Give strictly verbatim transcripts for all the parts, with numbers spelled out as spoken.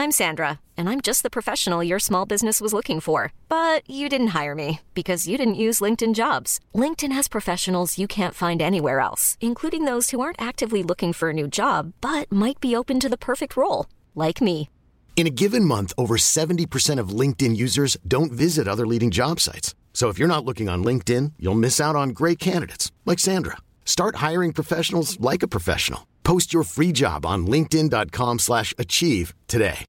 I'm Sandra, and I'm just the professional your small business was looking for. But you didn't hire me because you didn't use LinkedIn Jobs. LinkedIn has professionals you can't find anywhere else, including those who aren't actively looking for a new job, but might be open to the perfect role, like me. In a given month, over seventy percent of LinkedIn users don't visit other leading job sites. So if you're not looking on LinkedIn, you'll miss out on great candidates like Sandra. Start hiring professionals like a professional. Post your free job on linkedin.com slash achieve today.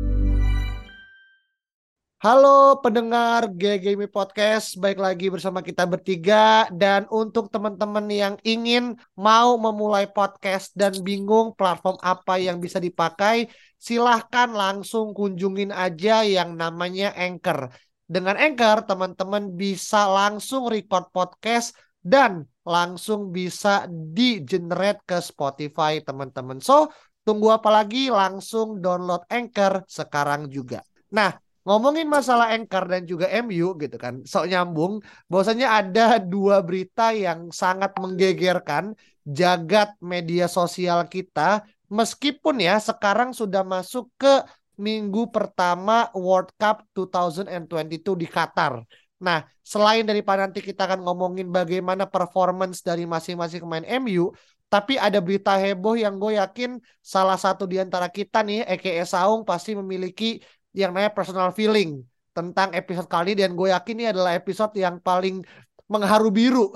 Halo pendengar G G M Podcast, baik lagi bersama kita bertiga. Dan untuk teman-teman yang ingin mau memulai podcast dan bingung platform apa yang bisa dipakai, silahkan langsung kunjungin aja yang namanya Anchor. Dengan Anchor, teman-teman bisa langsung record podcast dan langsung bisa di-generate ke Spotify, teman-teman. So, tunggu apa lagi? Langsung download Anchor sekarang juga. Nah, ngomongin masalah Anchor dan juga M U gitu kan, sok nyambung, bahwasanya ada dua berita yang sangat menggegerkan jagat media sosial kita, meskipun ya sekarang sudah masuk ke minggu pertama World Cup dua ribu dua puluh dua di Qatar. Nah, selain daripada nanti kita akan ngomongin bagaimana performance dari masing-masing pemain M U, tapi ada berita heboh yang gue yakin salah satu di antara kita nih, aka Saung, pasti memiliki yang namanya personal feeling tentang episode kali ini. Dan gue yakin ini adalah episode yang paling mengharu biru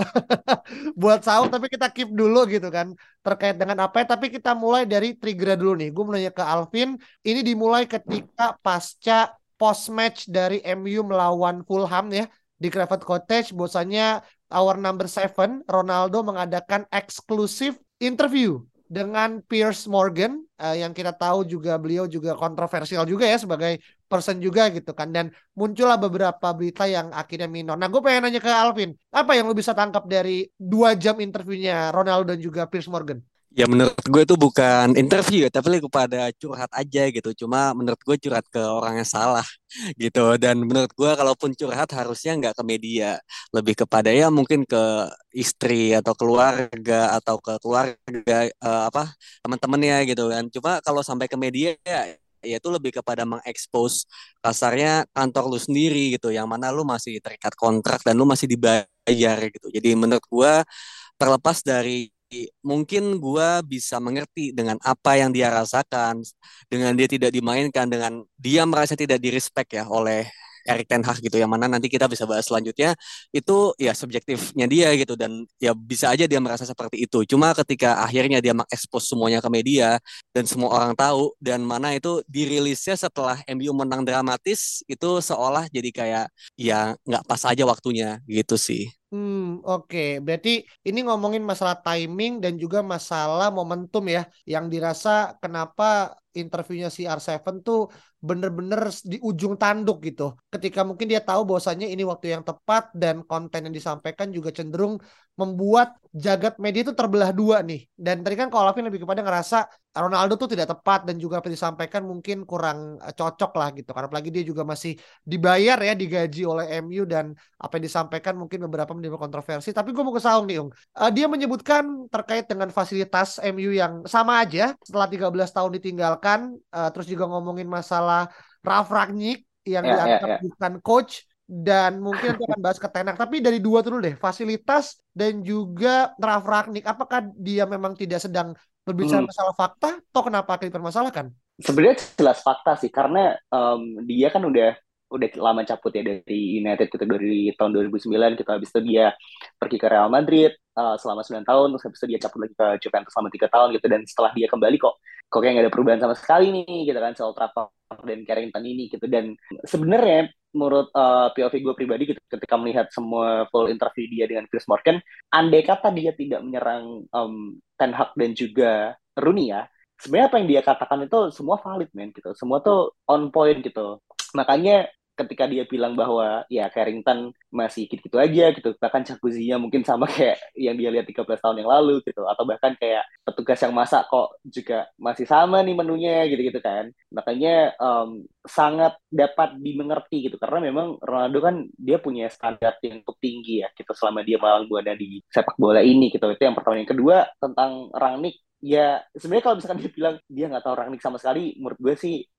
buat Saung, tapi kita keep dulu gitu kan terkait dengan apa ya. Tapi kita mulai dari trigger dulu nih. Gue mau nanya ke Alvin, ini dimulai ketika pasca post match dari M U melawan Fulham ya di Craven Cottage, bahwasanya our number seven Ronaldo mengadakan eksklusif interview dengan Piers Morgan, uh, yang kita tahu juga beliau juga kontroversial juga ya sebagai person juga gitu kan. Dan muncullah beberapa berita yang akhirnya minor. Nah, gue pengen nanya ke Alvin, apa yang lo bisa tangkap dari dua jam interviewnya Ronaldo dan juga Piers Morgan? Ya menurut gue itu bukan interview ya, tapi lebih kepada curhat aja gitu. Cuma menurut gue curhat ke orang yang salah gitu. Dan menurut gue kalaupun curhat harusnya nggak ke media, lebih kepada ya mungkin ke istri atau keluarga atau ke keluarga eh, apa teman-temannya gitu kan. Cuma kalau sampai ke media ya ya itu lebih kepada mengekspos kasarnya kantor lu sendiri gitu, yang mana lu masih terikat kontrak dan lu masih dibayar gitu. Jadi menurut gue terlepas dari mungkin gua bisa mengerti dengan apa yang dia rasakan, dengan dia tidak dimainkan, dengan dia merasa tidak direspek ya oleh Erik ten Hag gitu, yang mana nanti kita bisa bahas selanjutnya, itu ya subjektifnya dia gitu, dan ya bisa aja dia merasa seperti itu. Cuma ketika akhirnya dia mengekspos semuanya ke media dan semua orang tahu, dan mana itu dirilisnya setelah M U menang dramatis, itu seolah jadi kayak ya nggak pas aja waktunya gitu sih. Hmm, oke. Okay. Berarti ini ngomongin masalah timing dan juga masalah momentum ya, yang dirasa kenapa interviewnya si R tujuh tuh bener-bener di ujung tanduk gitu. Ketika mungkin dia tahu bahwasannya ini waktu yang tepat dan konten yang disampaikan juga cenderung membuat jagat media itu terbelah dua nih. Dan tadi kan kalau Alvin lebih kepada ngerasa Ronaldo tuh tidak tepat dan juga apa yang disampaikan mungkin kurang cocok lah gitu. Karena apalagi dia juga masih dibayar ya, digaji oleh M U, dan apa yang disampaikan mungkin beberapa menjadi kontroversi. Tapi gue mau ke Saung nih, Ung. Uh, dia menyebutkan terkait dengan fasilitas M U yang sama aja setelah tiga belas tahun ditinggalkan. Uh, terus juga ngomongin masalah Ralf Rangnick yang ya, dianggap ya, ya. bukan coach. Dan mungkin nanti akan bahas ke Ten Hag. Tapi dari dua dulu deh, fasilitas dan juga Ralf Rangnick. Apakah dia memang tidak sedang berbicara Hmm. masalah fakta? Atau kenapa akan dipermasalahkan? Sebenarnya jelas fakta sih, karena um, dia kan udah udah lama cabut ya dari United gitu, dari tahun dua ribu sembilan gitu. Habis itu dia pergi ke Real Madrid uh, selama sembilan tahun, terus habis itu dia cabut lagi ke Juventus selama tiga tahun gitu. Dan setelah dia kembali kok kok kayak nggak ada perubahan sama sekali nih gitu kan, soal Trafford dan Carrington ini gitu. Dan sebenarnya menurut uh, P O V gue pribadi gitu, ketika melihat semua full interview dia dengan Piers Morgan, andai kata dia tidak menyerang um, Ten Hag dan juga Rooney ya, sebenarnya apa yang dia katakan itu semua valid men gitu, semua tuh on point gitu. Makanya ketika dia bilang bahwa ya Carrington masih gitu-gitu aja gitu, bahkan jacuzzinya mungkin sama kayak yang dia lihat tiga belas tahun yang lalu gitu, atau bahkan kayak petugas yang masak kok juga masih sama nih menunya gitu-gitu kan. Makanya um, sangat dapat dimengerti gitu, karena memang Ronaldo kan dia punya standar yang cukup tinggi ya gitu selama dia malang buana di sepak bola ini gitu. Itu yang pertama. Yang kedua tentang Rangnick, ya sebenarnya kalau misalkan dia bilang dia nggak tahu Rangnick sama sekali, menurut gue sih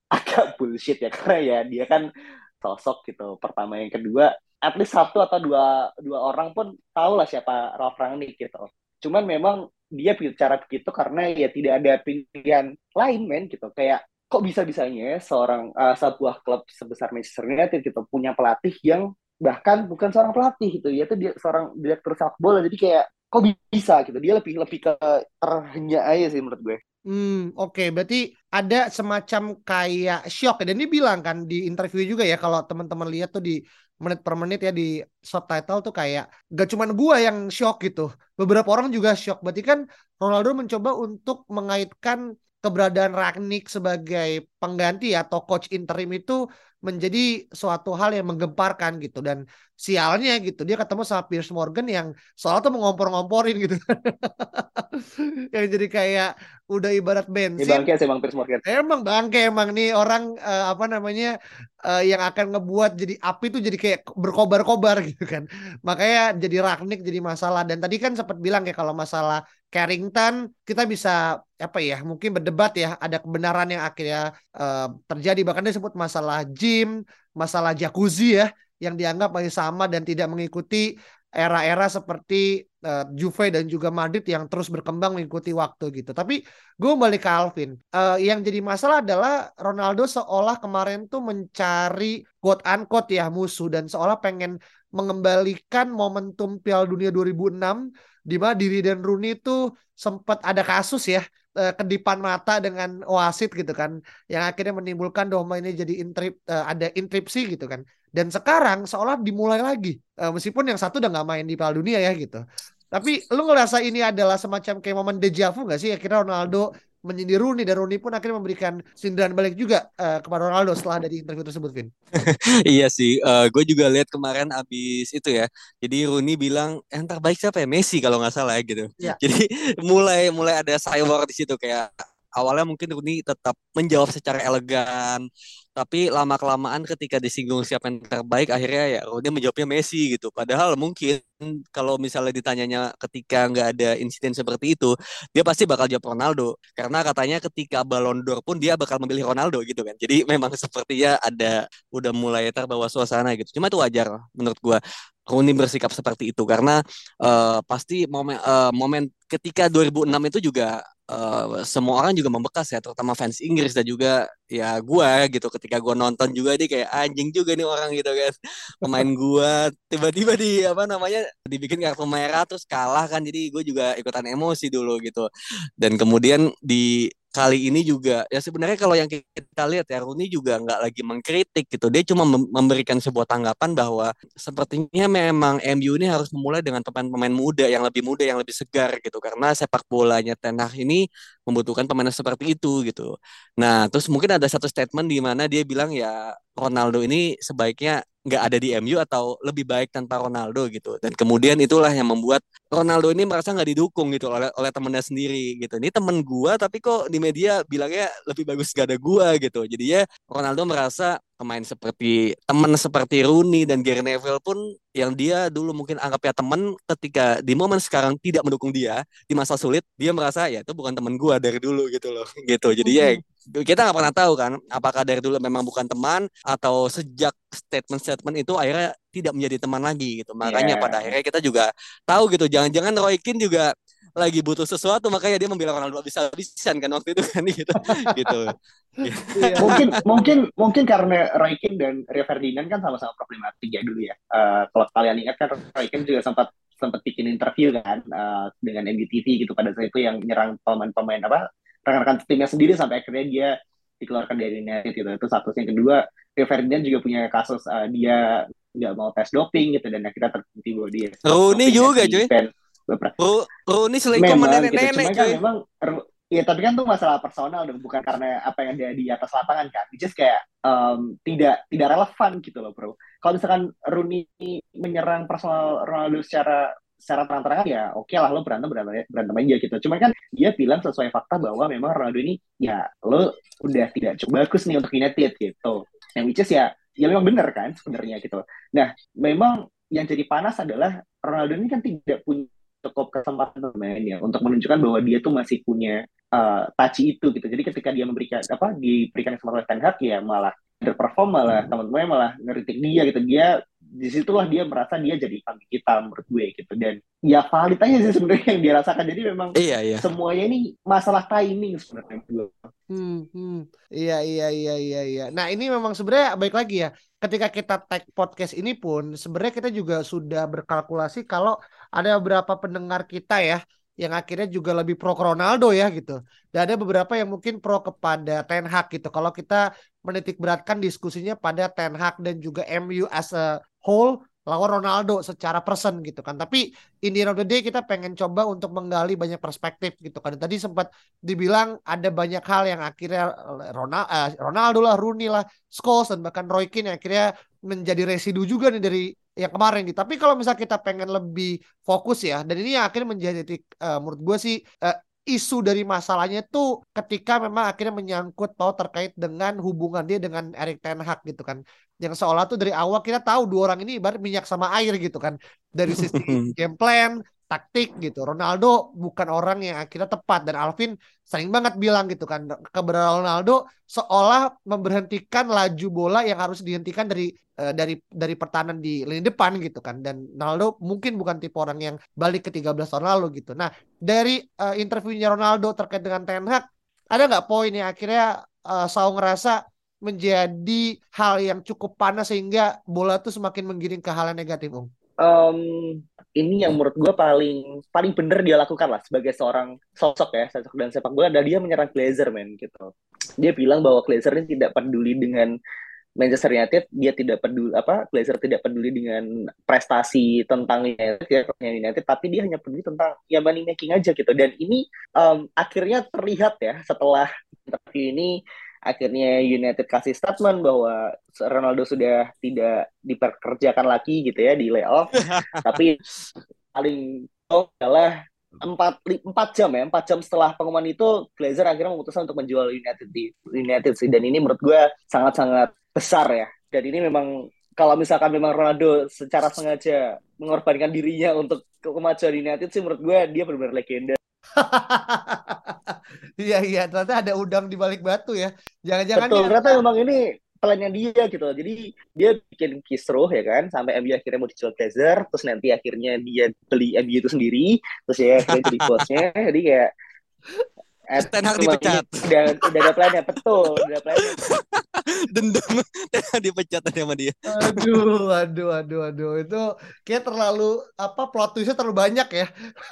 agak bullshit ya karena ya dia kan sosok gitu. Pertama, yang kedua, at least satu atau dua dua orang pun tahu lah siapa Ralf Rangnick gitu. Cuman memang dia bicara begitu karena ya tidak ada pilihan lain men gitu. Kayak kok bisa-bisanya seorang uh, sebuah klub sebesar Manchester United gitu punya pelatih yang bahkan bukan seorang pelatih gitu, yaitu dia seorang direktur sepak bola. Jadi kayak kok bisa gitu. Dia lebih lebih ke terhenyak aja sih menurut gue. Hmm, oke, berarti ada semacam kayak shock ya. Dan dia bilang kan di interview juga ya, kalau teman-teman lihat tuh di menit per menit ya di subtitle tuh kayak gak cuman gua yang shock gitu. Beberapa orang juga shock. Berarti kan Ronaldo mencoba untuk mengaitkan keberadaan Rangnick sebagai pengganti atau coach interim itu menjadi suatu hal yang menggemparkan gitu. Dan sialnya gitu, dia ketemu sama Piers Morgan yang soal tuh mengompor-ngomporin gitu. Yang jadi kayak udah ibarat Ini bensin. bangke sih Bang Piers Morgan. Emang bangke emang nih orang eh, apa namanya eh, yang akan ngebuat jadi api tuh jadi kayak berkobar-kobar gitu kan. Makanya jadi Rangnick jadi masalah. Dan tadi kan sempat bilang ya kalau masalah Carrington kita bisa apa ya mungkin berdebat ya ada kebenaran yang akhirnya eh, terjadi. Bahkan dia sebut masalah gym, masalah jacuzzi ya yang dianggap masih sama dan tidak mengikuti era-era seperti uh, Juve dan juga Madrid yang terus berkembang mengikuti waktu gitu. Tapi gue balik ke Alvin. Uh, yang jadi masalah adalah Ronaldo seolah kemarin tuh mencari quote unquote ya musuh dan seolah pengen mengembalikan momentum Piala Dunia dua ribu enam di mana diri dan Rooney itu sempat ada kasus ya uh, kedipan mata dengan wasit gitu kan yang akhirnya menimbulkan Doma ini jadi intrip, uh, ada intripsi gitu kan. Dan sekarang seolah dimulai lagi. Uh, meskipun yang satu udah gak main di Piala Dunia ya gitu. Tapi lu ngerasa ini adalah semacam kayak momen deja vu gak sih? Akhirnya Ronaldo menyindir Rooney dan Rooney pun akhirnya memberikan sindiran balik juga uh, kepada Ronaldo setelah dari interview tersebut, Vin. Iya sih, gue juga lihat kemarin abis itu ya. Jadi Rooney bilang, eh, yang terbaik siapa ya? Messi kalau nggak salah ya gitu. Ya. Jadi mulai mulai ada cywar di situ kayak awalnya mungkin Rooney tetap menjawab secara elegan, tapi lama kelamaan ketika disinggung siapa yang terbaik, akhirnya ya Rooney menjawabnya Messi gitu. Padahal mungkin kalau misalnya ditanyanya ketika nggak ada insiden seperti itu, dia pasti bakal jawab Ronaldo. Karena katanya ketika Ballon d'Or pun dia bakal memilih Ronaldo gitu kan. Jadi memang sepertinya ada udah mulai terbawa suasana gitu. Cuma itu wajar menurut gua. Rooney bersikap seperti itu karena uh, pasti momen uh, momen ketika dua ribu enam itu juga uh, semua orang juga membekas ya, terutama fans Inggris dan juga ya gua gitu. Ketika gua nonton juga dia kayak anjing juga nih orang gitu kan. Pemain gua tiba-tiba di apa namanya dibikin kartu merah terus kalah kan, jadi gue juga ikutan emosi dulu gitu. Dan kemudian di kali ini juga ya sebenarnya kalau yang kita lihat ya Rooney juga nggak lagi mengkritik gitu, dia cuma memberikan sebuah tanggapan bahwa sepertinya memang M U ini harus memulai dengan pemain-pemain muda yang lebih muda yang lebih segar gitu, karena sepak bolanya Ten Hag ini membutuhkan pemain seperti itu gitu. Nah terus mungkin ada satu statement di mana dia bilang ya Ronaldo ini sebaiknya nggak ada di M U atau lebih baik tanpa Ronaldo gitu. Dan kemudian itulah yang membuat Ronaldo ini merasa nggak didukung gitu oleh oleh temennya sendiri gitu. Ini temen gua tapi kok di media bilangnya lebih bagus gak ada gua gitu. Jadi ya Ronaldo merasa pemain seperti teman seperti Rooney dan Gary Neville pun yang dia dulu mungkin anggapnya teman, ketika di momen sekarang tidak mendukung dia di masa sulit, dia merasa ya itu bukan teman gua dari dulu gitu loh gitu. Jadi ya kita nggak pernah tahu kan apakah dari dulu memang bukan teman atau sejak statement-statement itu akhirnya tidak menjadi teman lagi gitu. Makanya Yeah. pada akhirnya kita juga tahu gitu, jangan-jangan Roy Keane juga lagi butuh sesuatu makanya dia membela Ronaldo bisa-bisan kan waktu itu kan gitu gitu. mungkin mungkin mungkin karena Roy Keane dan Rio Ferdinand kan sama-sama problematik ya dulu ya. Uh, kalau kalian ingat kan Roy Keane juga sempat sempat bikin interview kan uh, dengan M U T V gitu pada saat itu yang nyerang pemain-pemain apa rekan-rekan timnya sendiri sampai akhirnya dia dikeluarkan dari United gitu. Itu satu. Yang kedua, Rio Ferdinand juga punya kasus uh, dia nggak mau tes doping gitu dan akhirnya terbukti bahwa dia Rooney juga cuy. Rooney selingkuh sama nenek-nenek gitu. Cuma cuy. kan memang ya tapi kan tuh masalah personal dong, bukan karena apa yang ada di atas lapangan kan. Just kayak um, tidak tidak relevan gitu loh bro. Kalau misalkan Rooney menyerang personal Ronaldo secara secara terang-terangan ya oke okay lah lo berantem berantem berantem aja gitu. Cuman kan dia bilang sesuai fakta bahwa memang Ronaldo ini ya lo udah tidak cukup bagus nih untuk United gitu. Yang which is ya ya memang benar kan sebenarnya gitu. Nah memang yang jadi panas adalah Ronaldo ini kan tidak punya cukup kesempatan bermain ya untuk menunjukkan bahwa dia tuh masih punya uh, touchy itu gitu. Jadi ketika dia memberikan apa diberikan kesempatan oleh Ten Hag ya malah underperform, malah teman-temannya malah ngeritik dia gitu. Dia disitulah dia merasa dia jadi kambing hitam menurut gue gitu. Dan ya valid aja sih sebenarnya yang dia rasakan. Jadi memang Iya, iya. semuanya ini masalah timing sebenarnya. Hmm, hmm. Iya, iya, iya, iya, iya. Nah, ini memang sebenarnya baik lagi ya. Ketika kita tag podcast ini pun, sebenarnya kita juga sudah berkalkulasi kalau ada beberapa pendengar kita ya, yang akhirnya juga lebih pro ke Ronaldo ya gitu. Dan ada beberapa yang mungkin pro kepada Ten Hag gitu. Kalau kita menitik beratkan diskusinya pada Ten Hag dan juga M U as a whole lawan Ronaldo secara person gitu kan. Tapi in the end of the day kita pengen coba untuk menggali banyak perspektif gitu kan. Tadi sempat dibilang ada banyak hal yang akhirnya Ronaldo, eh, Ronaldo lah, Rooney lah, Scholes dan bahkan Roy Keane yang akhirnya menjadi residu juga nih dari yang kemarin gitu. Tapi kalau misalnya kita pengen lebih fokus ya, dan ini yang akhirnya menjadi uh, menurut gue sih uh, isu dari masalahnya tuh ketika memang akhirnya menyangkut mau terkait dengan hubungan dia dengan Erik Ten Hag gitu kan. Yang seolah tuh dari awal kita tahu dua orang ini ibarat minyak sama air gitu kan. Dari sisi game plan, taktik gitu. Ronaldo bukan orang yang akhirnya tepat dan Alvin sering banget bilang gitu kan keberadaan Ronaldo seolah memberhentikan laju bola yang harus dihentikan dari uh, dari dari pertahanan di lini depan gitu kan. Dan Ronaldo mungkin bukan tipe orang yang balik ke tiga belas tahun lalu gitu. Nah, dari uh, interviewnya Ronaldo terkait dengan Ten Hag, ada nggak poin yang akhirnya uh, Saung ngerasa menjadi hal yang cukup panas sehingga bola tuh semakin menggiring ke hal yang negatif, Om? Um, ini yang menurut gue paling paling bener dia lakukan lah sebagai seorang sosok ya, sosok dan sepak bola adalah dia menyerang Glazer, men gitu. Dia bilang bahwa Glazer ini tidak peduli dengan Manchester United, dia tidak peduli apa Glazer tidak peduli dengan prestasi tentang United, ya, United, tapi dia hanya peduli tentang ya money making aja gitu. Dan ini um, akhirnya terlihat ya setelah interview ini, akhirnya United kasih statement bahwa Ronaldo sudah tidak diperkerjakan lagi gitu ya di layoff. Tapi paling tahu adalah empat empat jam ya empat jam setelah pengumuman itu Glazer akhirnya memutuskan untuk menjual United di United sih. Dan ini menurut gue sangat-sangat besar ya. Dan ini memang kalau misalkan memang Ronaldo secara sengaja mengorbankan dirinya untuk kemajuan United sih, menurut gue dia benar-benar legenda. Iya, iya, ternyata ada udang di balik batu ya. Jangan-jangan Betul, ya, ternyata memang ini plannya dia gitu. Jadi dia bikin kisruh ya kan, sampai M U akhirnya mau dijual Glazer, terus nanti akhirnya dia beli M U itu sendiri, terus ya akhirnya jadi bosnya. Jadi kayak Ten Hag dipecat. Udah, udah ada plannya, betul, udah ada plannya. Dendam Ten Hag dipecat sama dia. Aduh, aduh, aduh, aduh, itu kayak terlalu apa plot twistnya terlalu banyak ya.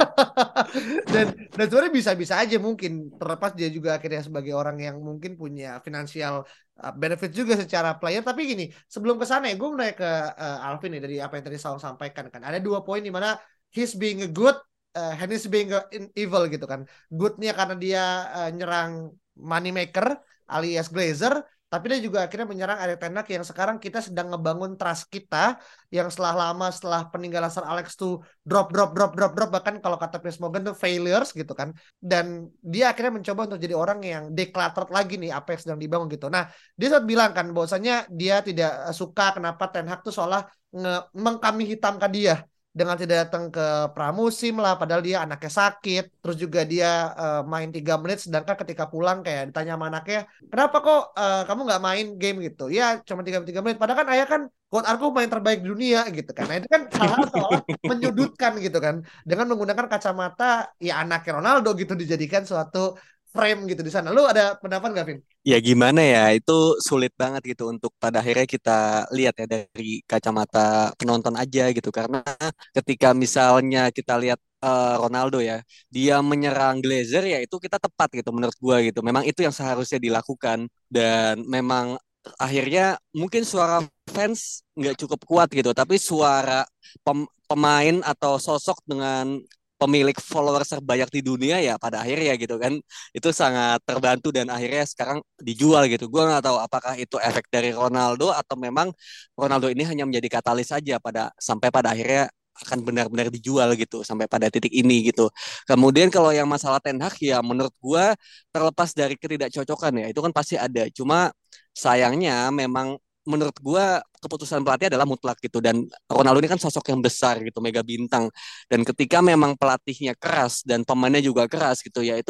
dan dan sebenarnya bisa-bisa aja mungkin terlepas dia juga akhirnya sebagai orang yang mungkin punya financial uh, benefit juga secara player. Tapi gini, sebelum ke sana ya gue mau nanya ke uh, Alvin nih dari apa yang tadi Saung sampaikan kan. Ada dua poin di mana he's being a good, uh, and he's being a evil gitu kan. Goodnya karena dia uh, nyerang moneymaker alias Glazer, tapi dia juga akhirnya menyerang Erik Ten Hag yang sekarang kita sedang ngebangun trust kita yang setelah lama setelah peninggalan Sir Alex tuh drop drop drop drop drop bahkan kalau kata Piers Morgan tuh failures gitu kan. Dan dia akhirnya mencoba untuk jadi orang yang decluttered lagi nih apa yang sedang dibangun gitu. Nah, dia sempat bilang kan bahwasanya dia tidak suka kenapa Ten Hag tuh seolah nge- mengkambing hitamkan dia dengan tidak datang ke pramusim lah, padahal dia anaknya sakit, terus juga dia uh, main tiga menit, sedangkan ketika pulang kayak ditanya sama anaknya, kenapa kok uh, kamu nggak main game gitu? Ya cuma tiga menit, padahal kan ayah kan quote aku main terbaik di dunia gitu kan. Nah itu kan hal-hal seolah menyudutkan gitu kan, dengan menggunakan kacamata ya anaknya Ronaldo gitu dijadikan suatu frame gitu di sana. Lu ada pendapat nggak, Vin? Ya gimana ya, itu sulit banget gitu untuk pada akhirnya kita lihat ya dari kacamata penonton aja gitu. Karena ketika misalnya kita lihat uh, Ronaldo ya, dia menyerang Glazer ya itu kita tepat gitu menurut gua gitu. Memang itu yang seharusnya dilakukan dan memang akhirnya mungkin suara fans nggak cukup kuat gitu, tapi suara pem- pemain atau sosok dengan pemilik followers terbanyak di dunia ya pada akhirnya gitu kan itu sangat terbantu dan akhirnya sekarang dijual gitu. Gue nggak tahu apakah itu efek dari Ronaldo atau memang Ronaldo ini hanya menjadi katalis saja pada sampai pada akhirnya akan benar-benar dijual gitu sampai pada titik ini gitu. Kemudian kalau yang masalah Ten Hag ya menurut gue terlepas dari ketidakcocokan ya itu kan pasti ada. Cuma sayangnya memang menurut gue keputusan pelatih adalah mutlak gitu dan Ronaldo ini kan sosok yang besar gitu mega bintang dan ketika memang pelatihnya keras dan pemainnya juga keras gitu ya itu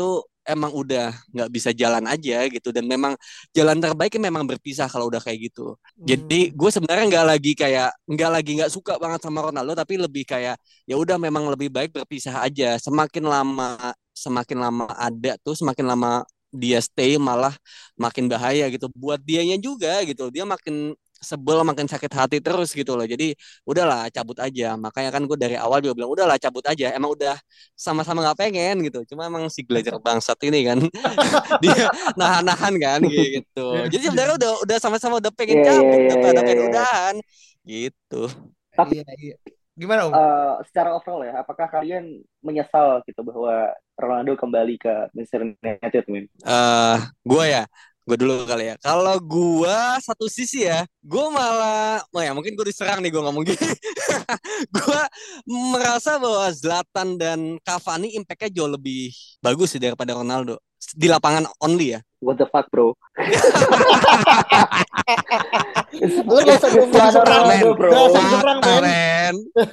emang udah nggak bisa jalan aja gitu, dan memang jalan terbaiknya memang berpisah kalau udah kayak gitu. Jadi Hmm. gue sebenarnya nggak lagi kayak nggak lagi nggak suka banget sama Ronaldo, tapi lebih kayak ya udah memang lebih baik berpisah aja. Semakin lama semakin lama ada tuh semakin lama dia stay malah makin bahaya gitu buat dianya juga gitu. Dia makin sebel makin sakit hati terus gitu loh. Jadi udahlah cabut aja. Makanya kan gue dari awal juga bilang udahlah cabut aja. Emang udah sama-sama nggak pengen gitu. Cuma emang si Glazer bangsat ini kan dia nahan-nahan kan gitu. Iya, Jadi iya, sebenarnya udah udah sama-sama udah pengen Iya, iya, cabut, iya, udah pada iya, pengen iya. udahan gitu. Tapi iya, iya. Gimana Om? eh, secara overall ya, apakah kalian menyesal gitu bahwa Ronaldo kembali ke Manchester United, men? Eh, gue ya, gue dulu kali ya. Kalau gue satu sisi ya, gue malah, oh ya mungkin gue diserang nih gue ngomong gini. Gue merasa bahwa Zlatan dan Cavani impactnya jauh lebih bagus sih daripada Ronaldo di lapangan only ya. What the fuck, bro? It's, Lu gak usah it's nunggu Cristiano diserang, Men, Ronaldo, bro. gak usah diserang, fakta men. men,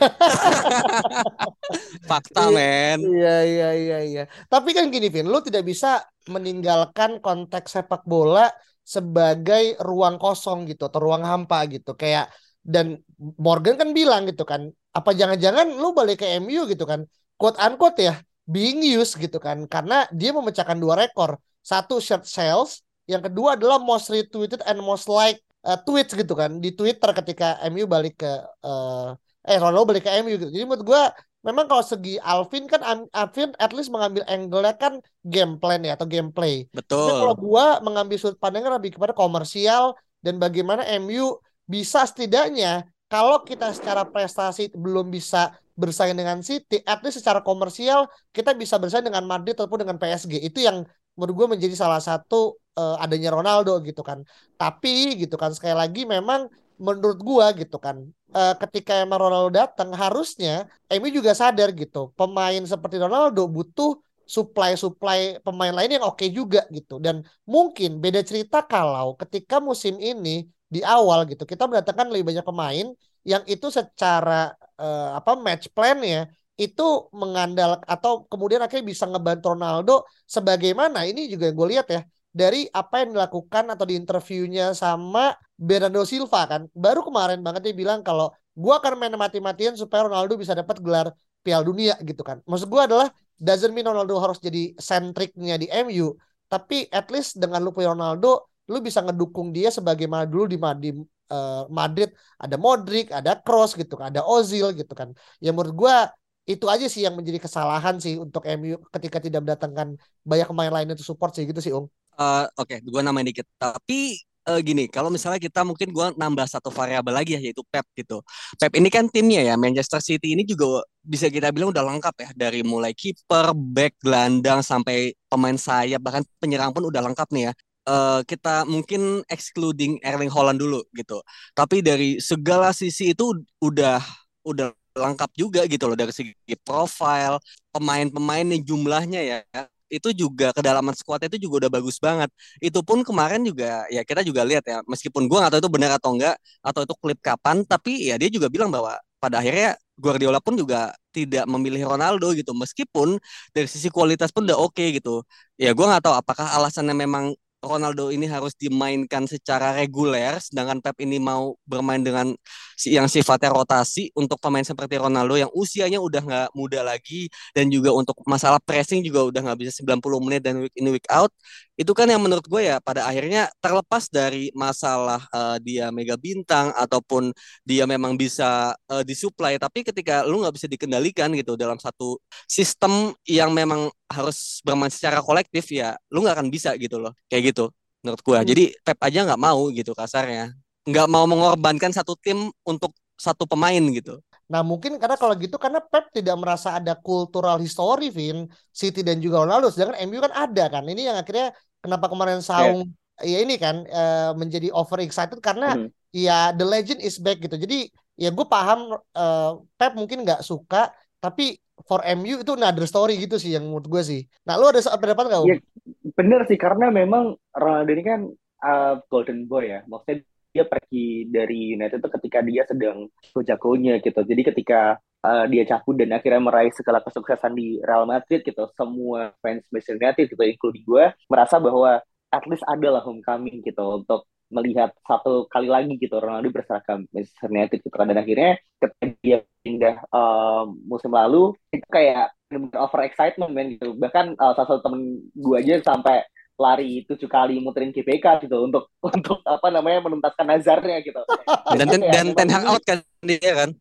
fakta Iya, men. iya, iya, iya, iya. Tapi kan gini, Vin, lu tidak bisa meninggalkan konteks sepak bola sebagai ruang kosong gitu atau ruang hampa gitu. Kayak dan Morgan kan bilang gitu kan, apa jangan-jangan lu balik ke M U gitu kan, quote unquote ya, being used gitu kan, karena dia memecahkan dua rekor. Satu shirt sales, yang kedua adalah most retweeted and most like uh, tweets gitu kan di Twitter ketika M U balik ke uh, eh Ronaldo balik ke M U gitu. Jadi menurut gue memang kalau segi Alvin kan Am- Alvin at least mengambil angle-nya kan game plan ya atau gameplay. Tapi kalau Betul. gua mengambil sudut pandangnya lebih kepada komersial dan bagaimana M U bisa setidaknya kalau kita secara prestasi belum bisa bersaing dengan City, at least secara komersial kita bisa bersaing dengan Madrid ataupun dengan P S G. Itu yang menurut gue menjadi salah satu eh, adanya Ronaldo gitu kan. Tapi gitu kan sekali lagi memang menurut gua gitu kan eh, ketika emang Ronaldo datang harusnya M U juga sadar gitu, pemain seperti Ronaldo butuh supply-supply pemain lain yang oke juga gitu. Dan mungkin beda cerita kalau ketika musim ini di awal gitu kita mendatangkan lebih banyak pemain yang itu secara eh, apa match plan ya itu mengandalkan atau kemudian akhirnya bisa ngebantu Ronaldo sebagaimana ini juga gue lihat ya dari apa yang dilakukan atau di interviewnya sama Bernardo Silva kan. Baru kemarin banget dia bilang kalau gue akan main mati-matian supaya Ronaldo bisa dapat gelar Piala Dunia gitu kan. Maksud gue adalah doesn't mean Ronaldo harus jadi sentriknya di M U, tapi at least dengan lu punya Ronaldo, lu bisa ngedukung dia sebagaimana dulu di Madrid, uh, Madrid ada Modric, ada Kroos gitu kan, ada Ozil gitu kan. Ya menurut gue itu aja sih yang menjadi kesalahan sih untuk M U ketika tidak mendatangkan banyak pemain lain untuk support sih gitu sih Om. Eh, Oke, gue namain dikit. Tapi eh, gini, kalau misalnya kita mungkin gue nambah satu variabel lagi ya, yaitu Pep gitu. Pep ini kan timnya ya, Manchester City ini juga bisa kita bilang udah lengkap ya, dari mulai kiper, back, gelandang sampai pemain sayap bahkan penyerang pun udah lengkap nih ya. Eh, kita mungkin excluding Erling Haaland dulu gitu. Tapi dari segala sisi itu udah udah lengkap juga gitu loh, dari segi profile pemain-pemain nih jumlahnya ya itu juga kedalaman skuadnya itu juga udah bagus banget. Itu pun kemarin juga ya kita juga lihat ya, meskipun gua nggak tahu itu benar atau enggak atau itu klip kapan, tapi ya dia juga bilang bahwa pada akhirnya Guardiola pun juga tidak memilih Ronaldo gitu, meskipun dari sisi kualitas pun udah oke gitu. Ya gua nggak tahu apakah alasannya memang Ronaldo ini harus dimainkan secara reguler, sedangkan Pep ini mau bermain dengan si- yang sifatnya rotasi untuk pemain seperti Ronaldo yang usianya udah nggak muda lagi, dan juga untuk masalah pressing juga udah nggak bisa sembilan puluh menit dan week in week out. Itu kan yang menurut gue ya pada akhirnya terlepas dari masalah eh, dia mega bintang ataupun dia memang bisa eh, disuplai, tapi ketika lu nggak bisa dikendalikan gitu dalam satu sistem yang memang harus bermain secara kolektif, ya lu nggak akan bisa gitu loh kayak gitu menurut gue. Hmm. Jadi Pep aja nggak mau gitu kasarnya, nggak mau mengorbankan satu tim untuk satu pemain gitu. Nah mungkin karena kalau gitu karena Pep tidak merasa ada cultural history Vin City dan juga Ronaldo sedangkan M U kan ada kan ini yang akhirnya kenapa kemarin Ya. Saung ya ini kan eh, menjadi over excited karena Mhm. ya the legend is back gitu jadi ya gue paham eh, Pep mungkin nggak suka tapi for M U itu another story gitu sih yang menurut gue sih. Nah lu ada pendapat nggak Om? Ya, bener sih karena memang Ronaldo ini kan uh, golden boy ya. Maksudnya dia pergi dari United itu ketika dia sedang jago-jagonya gitu. Jadi ketika uh, dia cabut dan akhirnya meraih segala kesuksesan di Real Madrid gitu, semua fans Manchester United gitu, including gue, merasa bahwa at least adalah homecoming gitu untuk melihat satu kali lagi gitu Ronaldo berseragam Manchester United gitu kan. Dan akhirnya ketika dia pindah um, musim lalu itu kayak bener-bener over excitement man gitu. Bahkan uh, salah satu temen gue aja sampai lari tujuh kali muterin G B K gitu untuk untuk apa namanya menuntaskan nazarnya gitu. Dan Jadi ten, kayak dan memang Ten Hag ini out kan dia kan.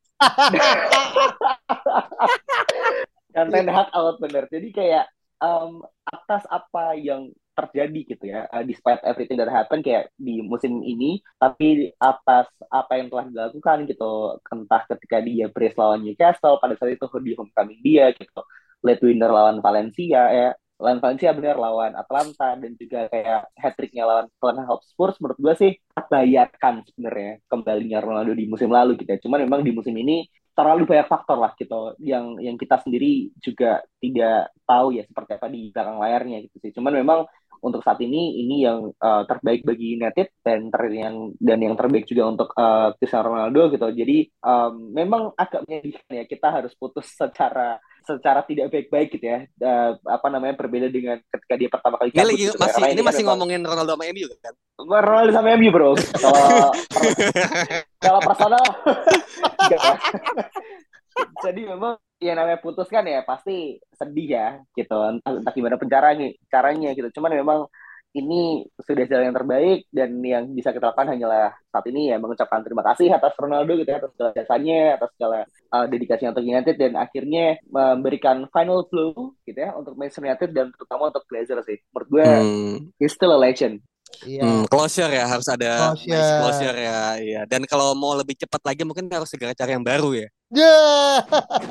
dan Ten Hag out bener. Jadi kayak um, atas apa yang terjadi gitu ya, uh, despite everything that happened kayak di musim ini, tapi atas apa yang telah dilakukan gitu, entah ketika dia brace lawan Newcastle pada saat itu di homecoming dia gitu, late winner lawan Valencia ya, lawan Valencia benar, lawan Atlanta, dan juga kayak hat-tricknya lawan Tottenham Hotspur, menurut gue sih bayarkan sebenarnya kembalinya Ronaldo di musim lalu gitu ya. Cuman memang di musim ini terlalu banyak faktor lah gitu yang yang kita sendiri juga tidak tahu ya seperti apa di belakang layarnya gitu sih. Cuman memang untuk saat ini ini yang uh, terbaik bagi United dan ter yang dan yang terbaik juga untuk uh, Cristiano Ronaldo gitu. Jadi um, memang agak menyedihkan ya, kita harus putus secara secara tidak baik-baik gitu ya. Uh, apa namanya, berbeda dengan ketika dia pertama kali Ini cabut lagi gitu. masih Karena ini ini kan masih memang ngomongin Ronaldo sama M U kan. Ronaldo sama M U bro. Kalau kalau personal enggak ya. Jadi memang ya namanya putus kan ya pasti sedih ya gitu, entah, entah gimana pencaranya caranya gitu. Cuman memang ini sudah jalan yang terbaik dan yang bisa kita lakukan hanyalah saat ini ya mengucapkan terima kasih atas Ronaldo gitu ya, atas segala jasanya, atas segala uh, dedikasinya untuk United, dan akhirnya memberikan final blow gitu ya untuk Manchester United dan terutama untuk Glazer sih. Menurut gue Hmm. he's still a legend. Hmm, Iya, closure ya, harus ada nice closure closure. ya, iya. Dan kalau mau lebih cepat lagi mungkin harus segera cari yang baru ya. Ya,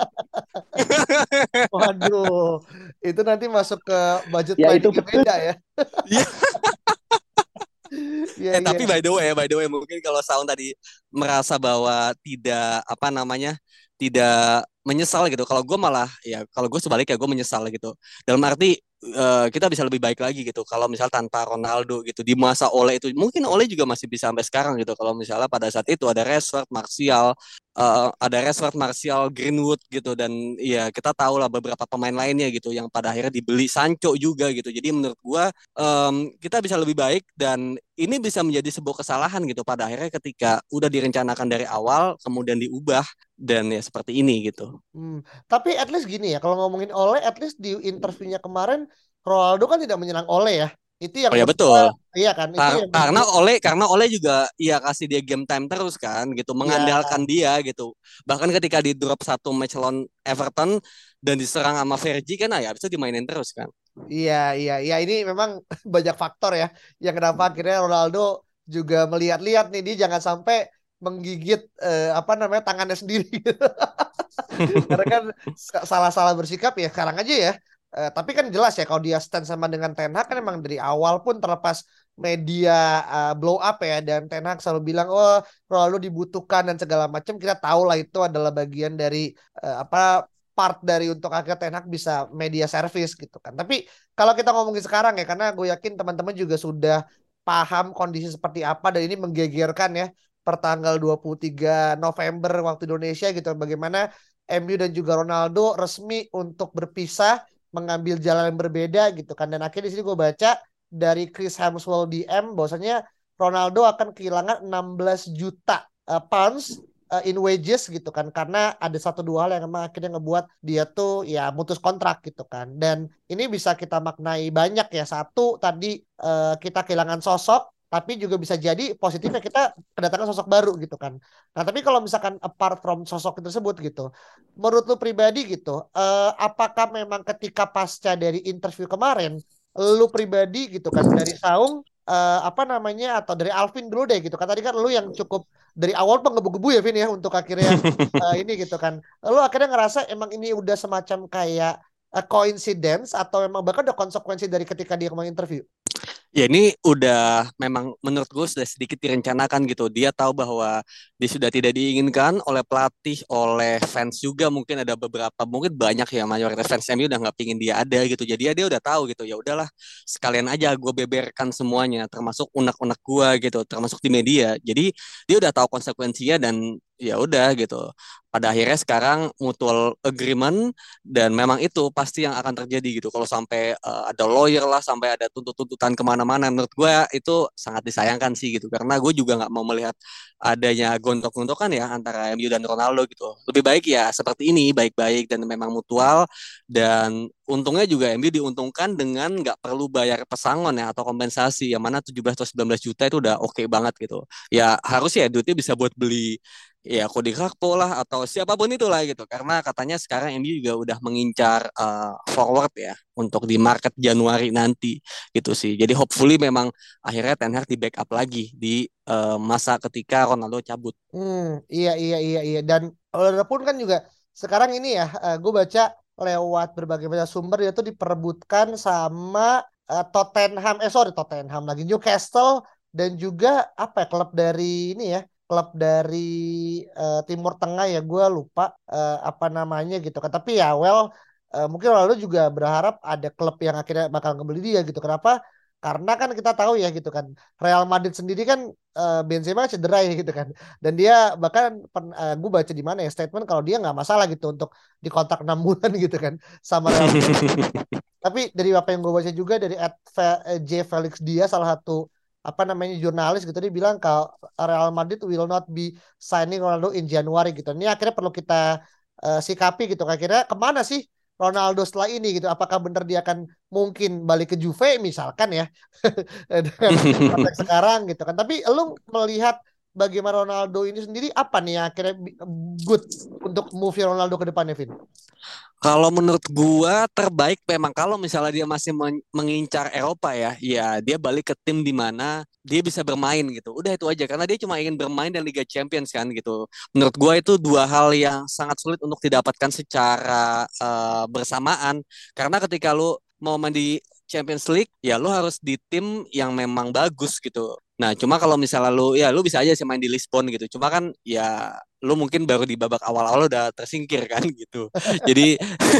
waduh, itu nanti masuk ke budget Ya itu planningnya betul. beda ya. Iya. Iya, Eh iya. tapi by the way, by the way mungkin kalau Saun tadi merasa bahwa tidak apa namanya tidak menyesal gitu. Kalau gue malah ya kalau gue sebaliknya gue menyesal gitu. Dalam arti eh, kita bisa lebih baik lagi gitu. Kalau misal tanpa Ronaldo gitu di masa Ole itu mungkin Ole juga masih bisa sampai sekarang gitu. Kalau misalnya pada saat itu ada Rashford, Martial, eh, ada Rashford, Martial, Greenwood gitu, dan ya kita tahu lah beberapa pemain lainnya gitu yang pada akhirnya dibeli, Sancho juga gitu. Jadi menurut gue em, kita bisa lebih baik, dan ini bisa menjadi sebuah kesalahan gitu pada akhirnya ketika udah direncanakan dari awal kemudian diubah dan ya seperti ini gitu. Hmm. Tapi at least gini ya, kalau ngomongin Ole, at least di interviewnya kemarin, Ronaldo kan tidak menyerang Ole ya. Itu yang Oh ya menurut gua, betul. iya kan, itu Kar- yang menurut karena gua, oleh karena oleh juga ya kasih dia game time terus kan gitu, ya, mengandalkan dia gitu. Bahkan ketika di drop satu match lawan Everton dan diserang sama Vergi kan, ah, ya bisa dimainin terus kan. iya, iya, iya. Ini memang banyak faktor ya, yang kenapa akhirnya Ronaldo juga melihat-lihat nih, dia jangan sampai menggigit eh, apa namanya tangannya sendiri. Karena kan salah-salah bersikap ya sekarang aja ya. Eh, tapi kan jelas ya kalau dia stand sama dengan Ten Hag kan emang dari awal pun terlepas media uh, blow up ya, dan Ten Hag selalu bilang oh Ronaldo dibutuhkan dan segala macam, kita tahu lah itu adalah bagian dari uh, apa part dari untuk akhirnya Ten Hag bisa media service gitu kan. Tapi kalau kita ngomongin sekarang ya, karena gue yakin teman-teman juga sudah paham kondisi seperti apa, dan ini menggegerkan ya pertanggal dua puluh tiga November waktu Indonesia gitu, bagaimana M U dan juga Ronaldo resmi untuk berpisah, mengambil jalan yang berbeda gitu kan. Dan akhirnya di sini gue baca dari Chris Hemsworth D M bahwasanya Ronaldo akan kehilangan enam belas juta uh, pounds uh, in wages gitu kan, karena ada satu dua hal yang memang akhirnya ngebuat dia tuh ya mutus kontrak gitu kan. Dan ini bisa kita maknai banyak ya. Satu tadi uh, kita kehilangan sosok, tapi juga bisa jadi positifnya kita kedatangan sosok baru gitu kan. Nah, tapi kalau misalkan apart from sosok tersebut gitu, menurut lu pribadi gitu, eh, apakah memang ketika pasca dari interview kemarin, lu pribadi gitu kan, dari Saung, eh, apa namanya, atau dari Alvin dulu deh gitu kan, tadi kan lu yang cukup dari awal menggebu-gebu ya Vin ya, untuk akhirnya eh, ini gitu kan, lu akhirnya ngerasa emang ini udah semacam kayak a coincidence atau memang bahkan ada konsekuensi dari ketika dia kemarin interview? Ya ini udah memang menurut gue sudah sedikit direncanakan gitu. Dia tahu bahwa dia sudah tidak diinginkan oleh pelatih, oleh fans juga, mungkin ada beberapa, mungkin banyak ya mayoritas fans M U udah nggak pingin dia ada gitu. Jadi ya dia udah tahu gitu. Ya udahlah, sekalian aja gue beberkan semuanya, termasuk unek-unek gue gitu, termasuk di media. Jadi dia udah tahu konsekuensinya dan ya udah gitu. pada akhirnya sekarang mutual agreement dan memang itu pasti yang akan terjadi gitu. Kalau sampai uh, ada lawyer lah, sampai ada tuntut-tuntutan kemana-mana, menurut gue itu sangat disayangkan sih gitu. Karena gue juga nggak mau melihat adanya gontok-gontokan ya antara M U dan Ronaldo gitu. Lebih baik ya seperti ini, baik-baik dan memang mutual. Dan untungnya juga M U diuntungkan dengan nggak perlu bayar pesangon ya atau kompensasi, yang mana tujuh belas atau sembilan belas juta itu udah oke banget gitu. Ya harus ya duitnya bisa buat beli ya Cody Gakpo lah atau siapapun itulah gitu, karena katanya sekarang M U juga udah mengincar uh, forward ya untuk di market Januari nanti gitu sih. Jadi hopefully memang akhirnya Ten Hag di backup lagi di uh, masa ketika Ronaldo cabut. Hmm, iya iya iya iya dan walaupun kan juga sekarang ini ya, uh, gue baca lewat berbagai macam sumber dia tuh diperebutkan sama uh, Tottenham, eh sorry Tottenham lagi, Newcastle dan juga apa ya, klub dari ini ya, klub dari uh, Timur Tengah ya, gue lupa uh, apa namanya gitu kan. Tapi ya well, uh, mungkin Ronaldo juga berharap ada klub yang akhirnya bakal ngebeli dia gitu. Kenapa? Karena kan kita tahu ya gitu kan, Real Madrid sendiri kan uh, Benzema cedera ya gitu kan. Dan dia bahkan uh, gue baca di mana ya statement kalau dia nggak masalah gitu untuk dikontrak enam bulan gitu kan sama Real Madrid. Tapi dari apa yang gue baca juga dari at J Felix dia salah satu apa namanya jurnalis gitu, dia bilang kalau Real Madrid will not be signing Ronaldo in January gitu. Ini akhirnya perlu kita uh, sikapi gitu. Akhirnya kemana sih Ronaldo setelah ini gitu? Apakah benar dia akan mungkin balik ke Juve misalkan ya dengan konteks sekarang gitu kan? Tapi lu melihat bagaimana Ronaldo ini sendiri, apa nih yang akhirnya good untuk move Ronaldo ke depannya, Vin? Kalau menurut gua terbaik memang kalau misalnya dia masih men- mengincar Eropa ya, ya dia balik ke tim di mana dia bisa bermain gitu. Udah itu aja karena dia cuma ingin bermain dan Liga Champions kan gitu. Menurut gua itu dua hal yang sangat sulit untuk didapatkan secara uh, bersamaan, karena ketika lu mau main di Champions League ya lu harus di tim yang memang bagus gitu. Nah, cuma kalau misalnya lu ya lu bisa aja sih main di Lisbon gitu. Cuma kan ya lu mungkin baru di babak awal-awal udah tersingkir kan gitu. Jadi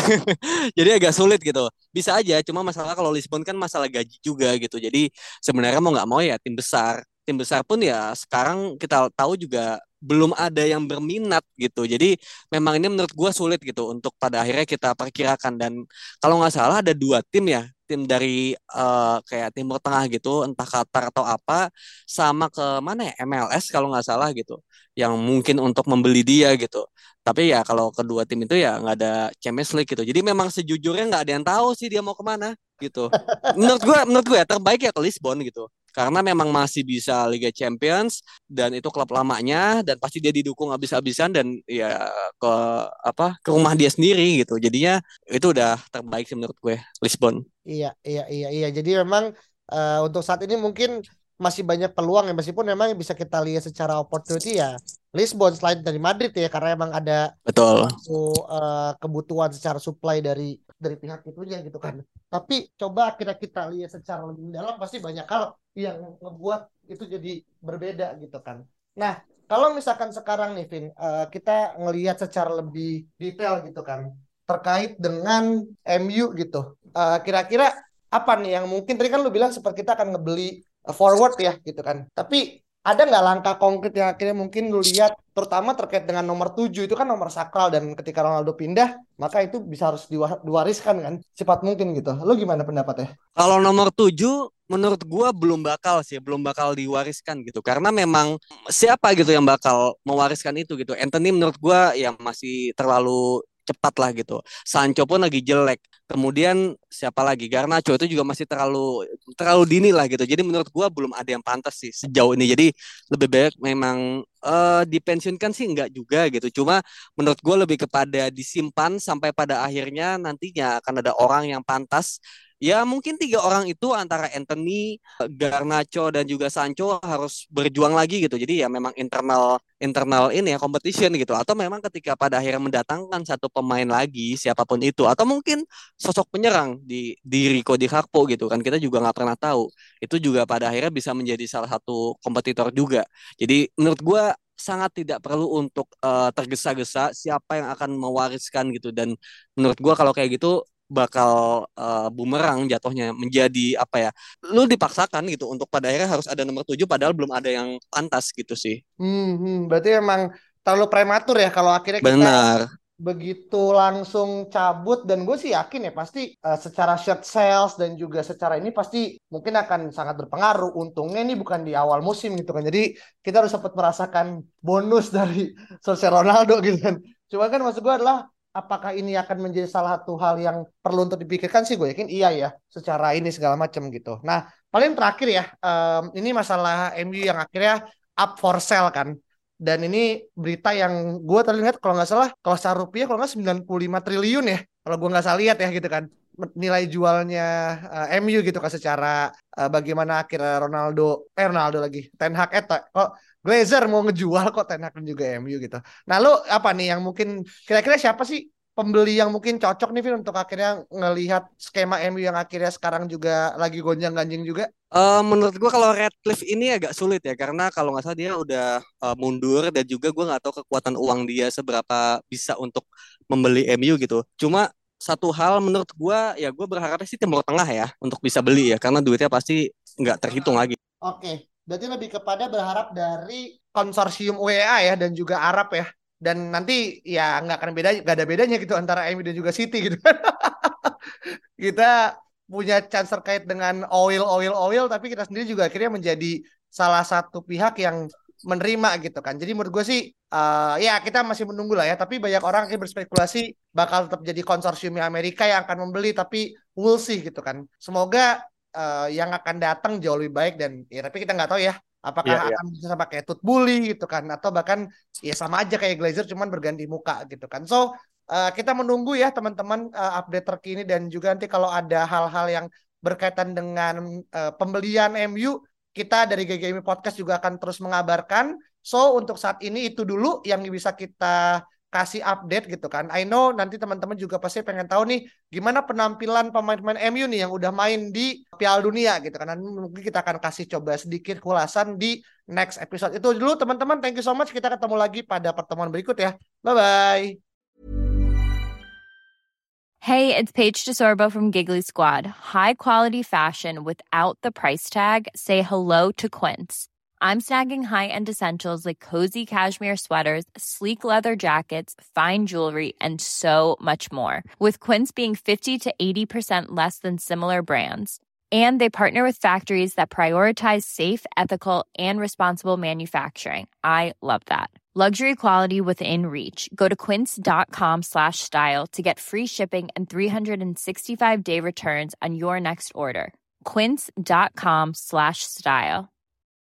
jadi agak sulit gitu. Bisa aja, cuma masalah kalau Lisbon kan masalah gaji juga gitu. Jadi sebenarnya mau nggak mau ya tim besar. Tim besar pun ya sekarang kita tahu juga belum ada yang berminat gitu. Jadi memang ini menurut gue sulit gitu untuk pada akhirnya kita perkirakan. Dan kalau nggak salah ada dua tim ya, tim dari uh, kayak Timur Tengah gitu, entah Qatar atau apa, sama ke mana ya, M L S kalau nggak salah gitu, yang mungkin untuk membeli dia gitu. Tapi ya kalau kedua tim itu ya nggak ada Champions League gitu. Jadi memang sejujurnya nggak ada yang tahu sih dia mau kemana gitu. Menurut gue, menurut gue ya terbaik ya ke Lisbon gitu. Karena memang masih bisa Liga Champions dan itu klub lamanya dan pasti dia didukung habis-habisan dan ya ke apa ke rumah dia sendiri gitu. Jadinya itu udah terbaik sih menurut gue Lisbon. Iya, iya, iya, iya. Jadi memang uh, untuk saat ini mungkin masih banyak peluang ya, meskipun memang bisa kita lihat secara opportunity ya Lisbon selain dari Madrid ya, karena emang ada Betul. suatu uh, kebutuhan secara supply dari dari pihak itunya gitu kan. Tapi coba kita kita lihat secara lebih dalam, pasti banyak hal yang ngebuat itu jadi berbeda gitu kan. Nah, kalau misalkan sekarang nih Vin, uh, kita ngelihat secara lebih detail gitu kan terkait dengan M U gitu. Uh, kira-kira apa nih yang mungkin tadi kan lu bilang seperti kita akan ngebeli uh, forward ya gitu kan. Tapi ada nggak langkah konkret yang akhirnya mungkin lu lihat, terutama terkait dengan nomor tujuh itu kan nomor sakral, dan ketika Ronaldo pindah maka itu bisa harus diwa- diwariskan kan cepat mungkin gitu. Lu gimana pendapatnya? Kalau nomor tujuh menurut gua belum bakal sih, belum bakal diwariskan gitu. Karena memang siapa gitu yang bakal mewariskan itu gitu. Anthony menurut gua ya masih terlalu cepat lah gitu. Sancho pun lagi jelek. Kemudian siapa lagi? Garnacho itu juga masih terlalu terlalu dini lah gitu. Jadi menurut gua belum ada yang pantas sih sejauh ini. Jadi lebih baik memang eh, dipensiunkan sih enggak juga gitu. Cuma menurut gua lebih kepada disimpan sampai pada akhirnya nantinya akan ada orang yang pantas. Ya mungkin tiga orang itu antara Anthony, Garnacho dan juga Sancho harus berjuang lagi gitu. Jadi ya memang internal internal ini ya competition gitu. Atau memang ketika pada akhirnya mendatangkan satu pemain lagi siapapun itu, atau mungkin sosok penyerang di di Rico Di Gakpo gitu kan, kita juga nggak pernah tahu. Itu juga pada akhirnya bisa menjadi salah satu kompetitor juga. Jadi menurut gue sangat tidak perlu untuk uh, tergesa-gesa siapa yang akan mewariskan gitu. Dan menurut gue kalau kayak gitu bakal uh, bumerang jatuhnya, menjadi apa ya, lu dipaksakan gitu untuk pada akhirnya harus ada nomor tujuh padahal belum ada yang pantas gitu sih. Hmm, hmm, berarti emang terlalu prematur ya kalau akhirnya kita Benar. begitu langsung cabut. Dan gue sih yakin ya pasti uh, secara shirt sales dan juga secara ini pasti mungkin akan sangat berpengaruh. Untungnya ini bukan di awal musim gitu kan, jadi kita harus sempat merasakan bonus dari sosial Ronaldo gitu kan. Cuma kan maksud gue adalah apakah ini akan menjadi salah satu hal yang perlu untuk dipikirkan sih, gue yakin iya ya secara ini segala macam gitu. Nah paling terakhir ya, um, ini masalah M U yang akhirnya up for sale kan. Dan ini berita yang gue tadi lihat kalau nggak salah, kalau secara rupiah kalau nggak sembilan puluh lima triliun ya. Kalau gue nggak salah lihat ya gitu kan. Nilai jualnya uh, M U gitu kan secara uh, bagaimana akhirnya Ronaldo, eh Ronaldo lagi, Ten Hag eh kok Glazer mau ngejual kok Ten Hag dan juga M U gitu. Nah lu apa nih yang mungkin kira-kira siapa sih pembeli yang mungkin cocok nih Vin untuk akhirnya ngelihat skema M U yang akhirnya sekarang juga lagi gonjang-ganjing juga? Eh, menurut gua kalau Radcliffe ini agak sulit ya, karena kalau nggak salah dia udah eh, mundur, dan juga gua nggak tahu kekuatan uang dia seberapa bisa untuk membeli M U gitu. Cuma satu hal menurut gua ya, gua berharapnya sih Timur Tengah ya untuk bisa beli ya, karena duitnya pasti nggak terhitung lagi. Oke, berarti lebih kepada berharap dari konsorsium U E A ya dan juga Arab ya. Dan nanti ya nggak akan beda, nggak ada bedanya gitu antara M U dan juga City gitu. Kita punya chance terkait dengan oil, oil, oil, tapi kita sendiri juga akhirnya menjadi salah satu pihak yang menerima gitu kan. Jadi menurut gue sih, uh, ya kita masih menunggu lah ya. Tapi banyak orang yang berspekulasi bakal tetap jadi konsorsiumnya Amerika yang akan membeli, tapi we'll see gitu kan. Semoga uh, yang akan datang jauh lebih baik dan ya tapi kita nggak tahu ya Iya, apakah iya. akan bisa sama kayak Tut Bully gitu kan atau bahkan ya sama aja kayak Glazer cuman berganti muka gitu kan. So uh, kita menunggu ya teman-teman uh, update terkini dan juga nanti kalau ada hal-hal yang berkaitan dengan uh, pembelian M U kita dari G G M Podcast juga akan terus mengabarkan. So untuk saat ini itu dulu yang bisa kita kasih update gitu kan. I know nanti teman-teman juga pasti pengen tahu nih gimana penampilan pemain-pemain M U nih yang udah main di Piala Dunia gitu kan. Nanti mungkin kita akan kasih coba sedikit ulasan di next episode. Itu dulu teman-teman, thank you so much. Kita ketemu lagi pada pertemuan berikut ya. Bye-bye. Hey, it's Paige DeSorbo from Giggly Squad. High quality fashion without the price tag. Say hello to Quince. I'm snagging high-end essentials like cozy cashmere sweaters, sleek leather jackets, fine jewelry, and so much more. With Quince being fifty to eighty percent less than similar brands. And they partner with factories that prioritize safe, ethical, and responsible manufacturing. I love that. Luxury quality within reach. Go to quince.com slash style to get free shipping and three sixty-five day returns on your next order. Quince.com slash style.